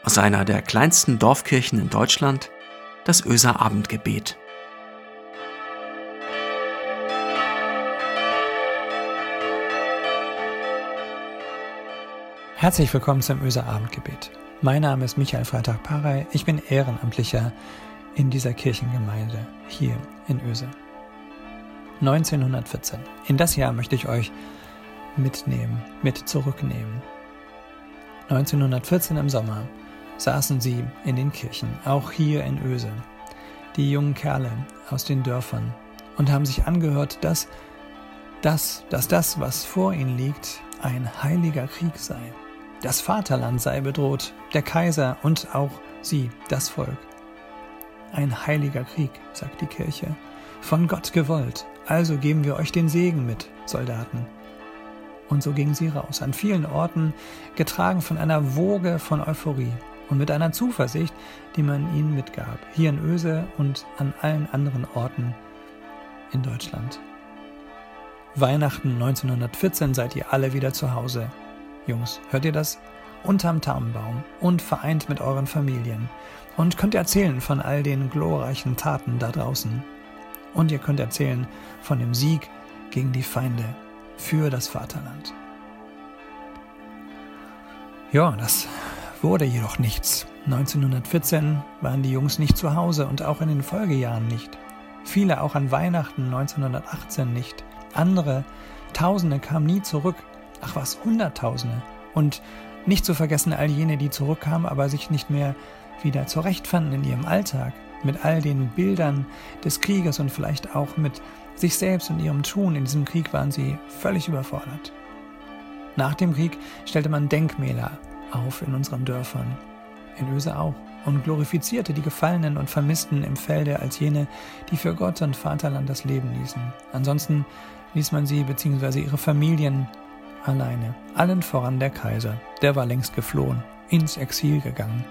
aus einer der kleinsten Dorfkirchen in Deutschland, das Oeser Abendgebet. Herzlich willkommen zum Oeser Abendgebet. Mein Name ist Michael Freitag-Parey, ich bin Ehrenamtlicher in dieser Kirchengemeinde hier in Oeser. 1914. In das Jahr möchte ich euch zurücknehmen. 1914 im Sommer saßen sie in den Kirchen, auch hier in Oeser, die jungen Kerle aus den Dörfern, und haben sich angehört, dass das, was vor ihnen liegt, ein heiliger Krieg sei. Das Vaterland sei bedroht, der Kaiser und auch sie, das Volk. Ein heiliger Krieg, sagt die Kirche, von Gott gewollt, also geben wir euch den Segen mit, Soldaten. Und so gingen sie raus, an vielen Orten, getragen von einer Woge von Euphorie und mit einer Zuversicht, die man ihnen mitgab, hier in Oeser und an allen anderen Orten in Deutschland. Weihnachten 1914 seid ihr alle wieder zu Hause. Jungs, hört ihr das? Unterm Tannenbaum und vereint mit euren Familien. Und könnt erzählen von all den glorreichen Taten da draußen. Und ihr könnt erzählen von dem Sieg gegen die Feinde für das Vaterland. Ja, das wurde jedoch nichts. 1914 waren die Jungs nicht zu Hause und auch in den Folgejahren nicht. Viele auch an Weihnachten 1918 nicht. Andere Tausende kamen nie zurück. Ach was, Hunderttausende. Und nicht zu vergessen all jene, die zurückkamen, aber sich nicht mehr wieder zurechtfanden in ihrem Alltag. Mit all den Bildern des Krieges und vielleicht auch mit sich selbst und ihrem Tun in diesem Krieg waren sie völlig überfordert. Nach dem Krieg stellte man Denkmäler auf in unseren Dörfern, in Oeser auch, und glorifizierte die Gefallenen und Vermissten im Felde als jene, die für Gott und Vaterland das Leben ließen. Ansonsten ließ man sie bzw. ihre Familien alleine, allen voran der Kaiser. Der war längst geflohen, ins Exil gegangen.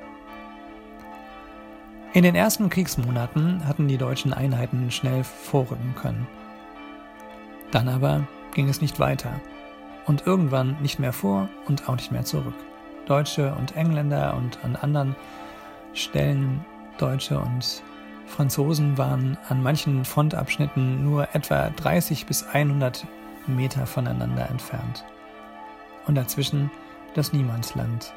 In den ersten Kriegsmonaten hatten die deutschen Einheiten schnell vorrücken können. Dann aber ging es nicht weiter und irgendwann nicht mehr vor und auch nicht mehr zurück. Deutsche und Engländer und an anderen Stellen Deutsche und Franzosen waren an manchen Frontabschnitten nur etwa 30 bis 100 Meter voneinander entfernt. Und dazwischen das Niemandsland.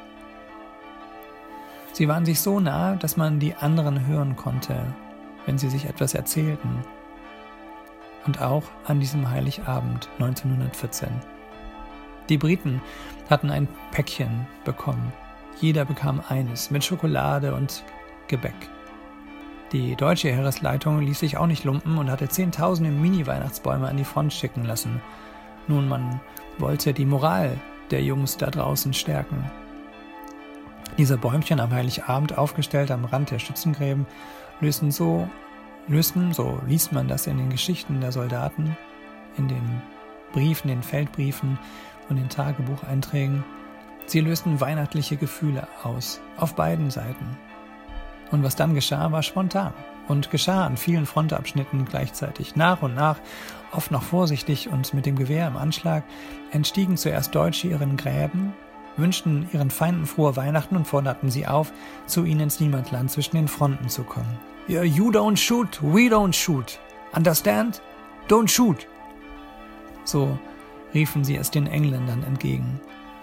Sie waren sich so nah, dass man die anderen hören konnte, wenn sie sich etwas erzählten. Und auch an diesem Heiligabend 1914. Die Briten hatten ein Päckchen bekommen. Jeder bekam eines mit Schokolade und Gebäck. Die deutsche Heeresleitung ließ sich auch nicht lumpen und hatte Zehntausende Mini-Weihnachtsbäume an die Front schicken lassen. Nun, man wollte die Moral der Jungs da draußen stärken. Diese Bäumchen am Heiligabend, aufgestellt am Rand der Schützengräben, lösten, so liest man das in den Geschichten der Soldaten, in den Briefen, den Feldbriefen und den Tagebucheinträgen. Sie lösten weihnachtliche Gefühle aus, auf beiden Seiten. Und was dann geschah, war spontan und geschah an vielen Frontabschnitten gleichzeitig. Nach und nach, oft noch vorsichtig und mit dem Gewehr im Anschlag, entstiegen zuerst Deutsche ihren Gräben, wünschten ihren Feinden frohe Weihnachten und forderten sie auf, zu ihnen ins Niemandsland zwischen den Fronten zu kommen. You don't shoot, we don't shoot. Understand? Don't shoot. So riefen sie es den Engländern entgegen.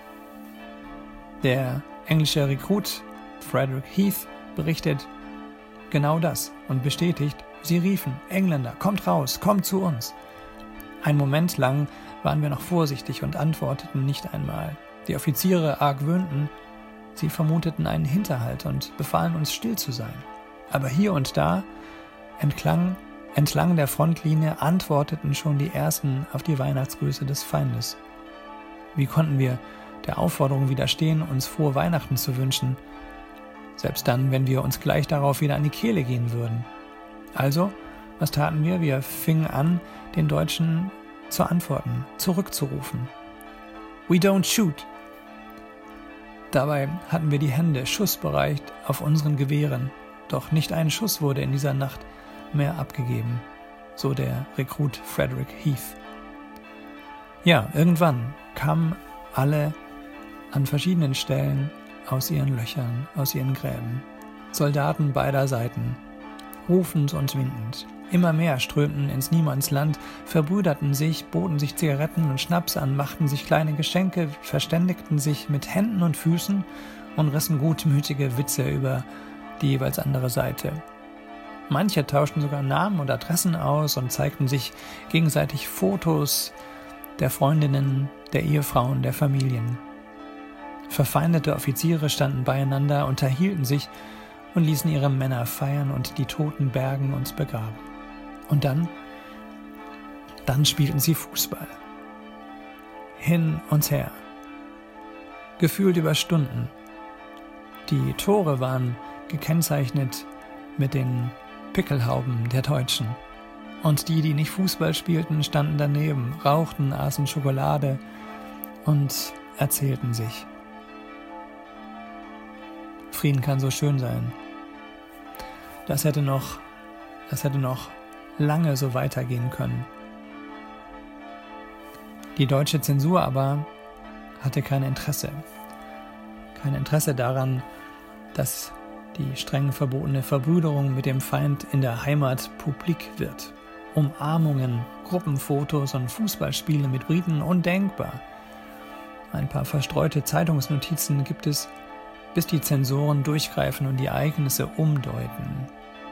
Der englische Rekrut Frederick Heath berichtet genau das und bestätigt, sie riefen: Engländer, kommt raus, kommt zu uns. Einen Moment lang waren wir noch vorsichtig und antworteten nicht einmal. Die Offiziere argwöhnten, sie vermuteten einen Hinterhalt und befahlen uns, still zu sein. Aber hier und da, entlang der Frontlinie, antworteten schon die Ersten auf die Weihnachtsgrüße des Feindes. Wie konnten wir der Aufforderung widerstehen, uns frohe Weihnachten zu wünschen, selbst dann, wenn wir uns gleich darauf wieder an die Kehle gehen würden? Also, was taten wir? Wir fingen an, den Deutschen zu antworten, zurückzurufen. We don't shoot. Dabei hatten wir die Hände schussbereit auf unseren Gewehren, doch nicht ein Schuss wurde in dieser Nacht mehr abgegeben, so der Rekrut Frederick Heath. Ja, irgendwann kamen alle an verschiedenen Stellen aus ihren Löchern, aus ihren Gräben. Soldaten beider Seiten, rufend und winkend. Immer mehr strömten ins Niemandsland, verbrüderten sich, boten sich Zigaretten und Schnaps an, machten sich kleine Geschenke, verständigten sich mit Händen und Füßen und rissen gutmütige Witze über die jeweils andere Seite. Manche tauschten sogar Namen und Adressen aus und zeigten sich gegenseitig Fotos der Freundinnen, der Ehefrauen, der Familien. Verfeindete Offiziere standen beieinander, unterhielten sich und ließen ihre Männer feiern und die Toten bergen und begraben. Und dann spielten sie Fußball. Hin und her. Gefühlt über Stunden. Die Tore waren gekennzeichnet mit den Pickelhauben der Deutschen. Und die nicht Fußball spielten, standen daneben, rauchten, aßen Schokolade und erzählten sich. Frieden kann so schön sein. Das hätte noch lange so weitergehen können. Die deutsche Zensur aber hatte kein Interesse. Kein Interesse daran, dass die streng verbotene Verbrüderung mit dem Feind in der Heimat publik wird. Umarmungen, Gruppenfotos und Fußballspiele mit Briten undenkbar. Ein paar verstreute Zeitungsnotizen gibt es, bis die Zensoren durchgreifen und die Ereignisse umdeuten.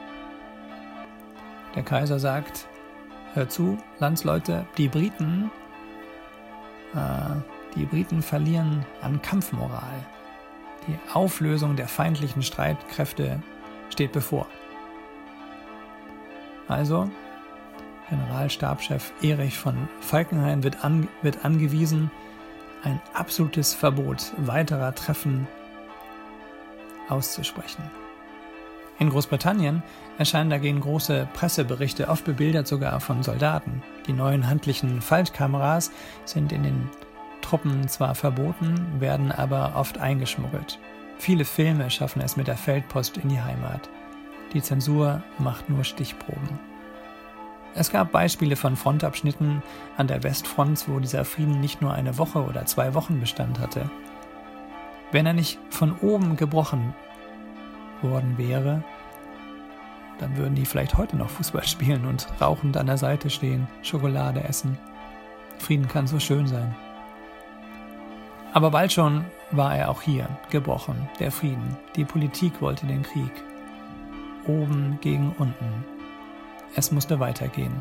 Der Kaiser sagt, hört zu, Landsleute, die Briten verlieren an Kampfmoral. Die Auflösung der feindlichen Streitkräfte steht bevor. Also, Generalstabschef Erich von Falkenhayn wird angewiesen, ein absolutes Verbot weiterer Treffen auszusprechen. In Großbritannien erscheinen dagegen große Presseberichte, oft bebildert sogar von Soldaten. Die neuen handlichen Faltkameras sind in den Truppen zwar verboten, werden aber oft eingeschmuggelt. Viele Filme schaffen es mit der Feldpost in die Heimat. Die Zensur macht nur Stichproben. Es gab Beispiele von Frontabschnitten an der Westfront, wo dieser Frieden nicht nur eine Woche oder 2 Wochen Bestand hatte. Wenn er nicht von oben gebrochen worden wäre, dann würden die vielleicht heute noch Fußball spielen und rauchend an der Seite stehen, Schokolade essen. Frieden kann so schön sein. Aber bald schon war er auch hier, gebrochen, der Frieden. Die Politik wollte den Krieg. Oben gegen unten. Es musste weitergehen.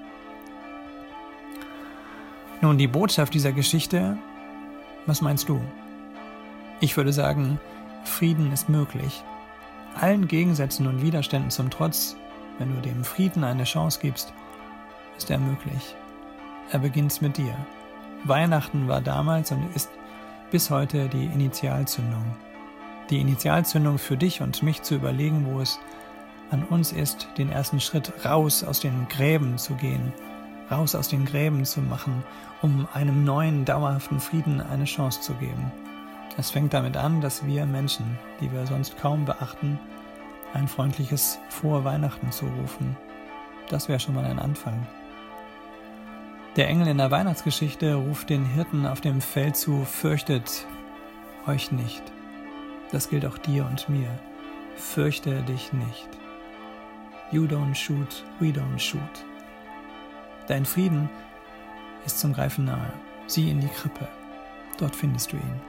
Nun, die Botschaft dieser Geschichte, was meinst du? Ich würde sagen, Frieden ist möglich. Allen Gegensätzen und Widerständen zum Trotz, wenn du dem Frieden eine Chance gibst, ist er möglich. Er beginnt mit dir. Weihnachten war damals und ist bis heute die Initialzündung. Die Initialzündung für dich und mich zu überlegen, wo es an uns ist, den ersten Schritt raus aus den Gräben zu gehen, raus aus den Gräben zu machen, um einem neuen, dauerhaften Frieden eine Chance zu geben. Es fängt damit an, dass wir Menschen, die wir sonst kaum beachten, ein freundliches Frohe Weihnachten zurufen. Das wäre schon mal ein Anfang. Der Engel in der Weihnachtsgeschichte ruft den Hirten auf dem Feld zu, fürchtet euch nicht. Das gilt auch dir und mir. Fürchte dich nicht. You don't shoot, we don't shoot. Dein Frieden ist zum Greifen nahe. Sieh in die Krippe. Dort findest du ihn.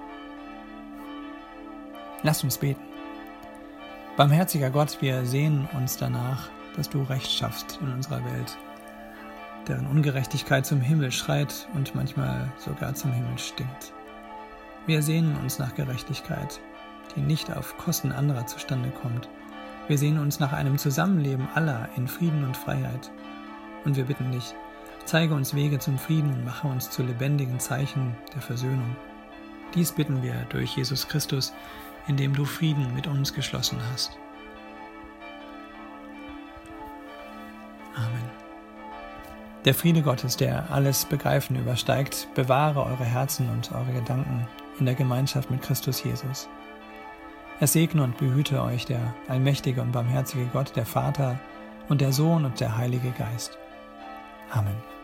Lasst uns beten. Barmherziger Gott, wir sehnen uns danach, dass du Recht schaffst in unserer Welt, deren Ungerechtigkeit zum Himmel schreit und manchmal sogar zum Himmel stinkt. Wir sehnen uns nach Gerechtigkeit, die nicht auf Kosten anderer zustande kommt. Wir sehnen uns nach einem Zusammenleben aller in Frieden und Freiheit. Und wir bitten dich, zeige uns Wege zum Frieden und mache uns zu lebendigen Zeichen der Versöhnung. Dies bitten wir durch Jesus Christus, in dem du Frieden mit uns geschlossen hast. Amen. Der Friede Gottes, der alles Begreifen übersteigt, bewahre eure Herzen und eure Gedanken in der Gemeinschaft mit Christus Jesus. Er segne und behüte euch der allmächtige und barmherzige Gott, der Vater und der Sohn und der Heilige Geist. Amen.